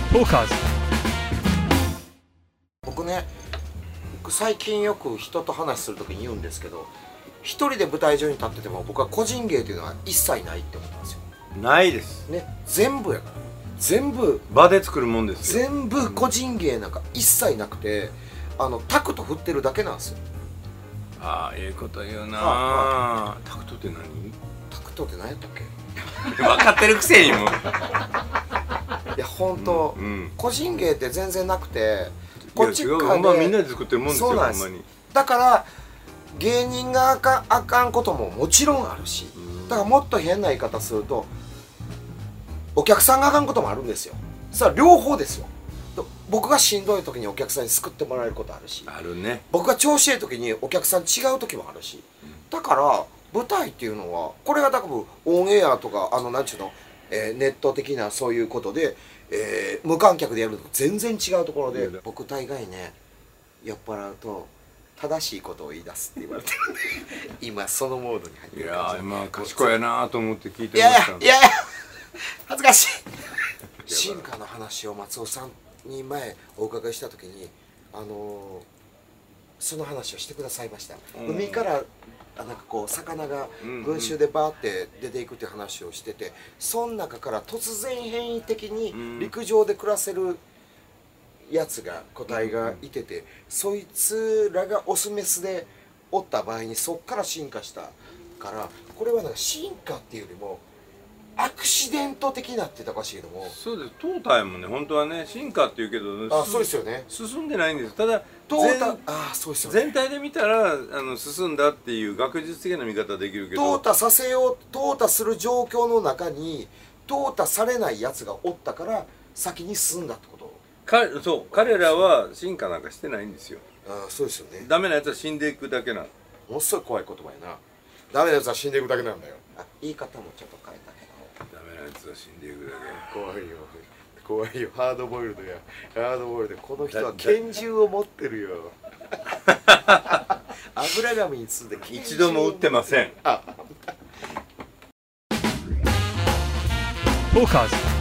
トーカーズ。 僕ね、最近よく人と話するときに言うんですけど、一人で舞台上に立ってても僕は個人芸というのは一切ないって思うんですよないですね。全部やから、全部場で作るもんですよ。 全部個人芸なんか一切なくて、タクト振ってるだけなんですよ。 ああ、ええこと言うな。タクトって何？ タクトって何やったっけ？ 分かってるくせにもう。 いや本当、個人芸って全然なくて、こっち側側ででみんなで作ってるもんですよ。ほんまに。 だから芸人があかんことももちろんあるし、だからもっと変な言い方するとお客さんがあかんこともあるんですよ。さあ両方ですよ。僕がしんどい時にお客さんに救ってもらえることあるし、 あるね。 僕が調子いい時にお客さん違う時もあるし、だから舞台っていうのはこれが多分オンエアとかなんちゅうの、ネット的なそういうことで、無観客でやると全然違うところで、僕大概ね酔っ払うと正しいことを言い出すって言われてるんで今そのモードに入っているやー、まあ賢いなと思って聞いていやいやましたんで。 いやいや恥ずかしい進化の話を松尾さんに前お伺いした時にその話をしてくださいました。海からなんかこう魚が群衆でバーって出ていくっていう話をしてて、その中から突然変異的に陸上で暮らせるやつが個体がいてて、そいつらがオスメスでおった場合にそっから進化したから、これはなんか進化っていうよりもアクシデント的なって言ったらおかしいけども、 そうです。トータイもね、本当はね、進化っていうけど、 そうですよね。 進んでないんです。ただそうですよね。 全体で見たら進んだっていう学術的な見方できるけど、 淘汰する状況の中に淘汰されないやつがおったから先に進んだってこと。 彼らは進化なんかしてないんですよ。 そうですよね。 ダメなやつは死んでいくだけなの。 ものすごい怖い言葉やな。ダメなやつは死んでいくだけなんだよ。言い方もちょっと変えたけど、 ダメなやつは死んでいくだ怖いよ怖いよ。ハードボイルドや。ハードボイルド。この人は拳銃を持ってるよ油紙に包んでけ。一度も撃ってません。 トーカーズ。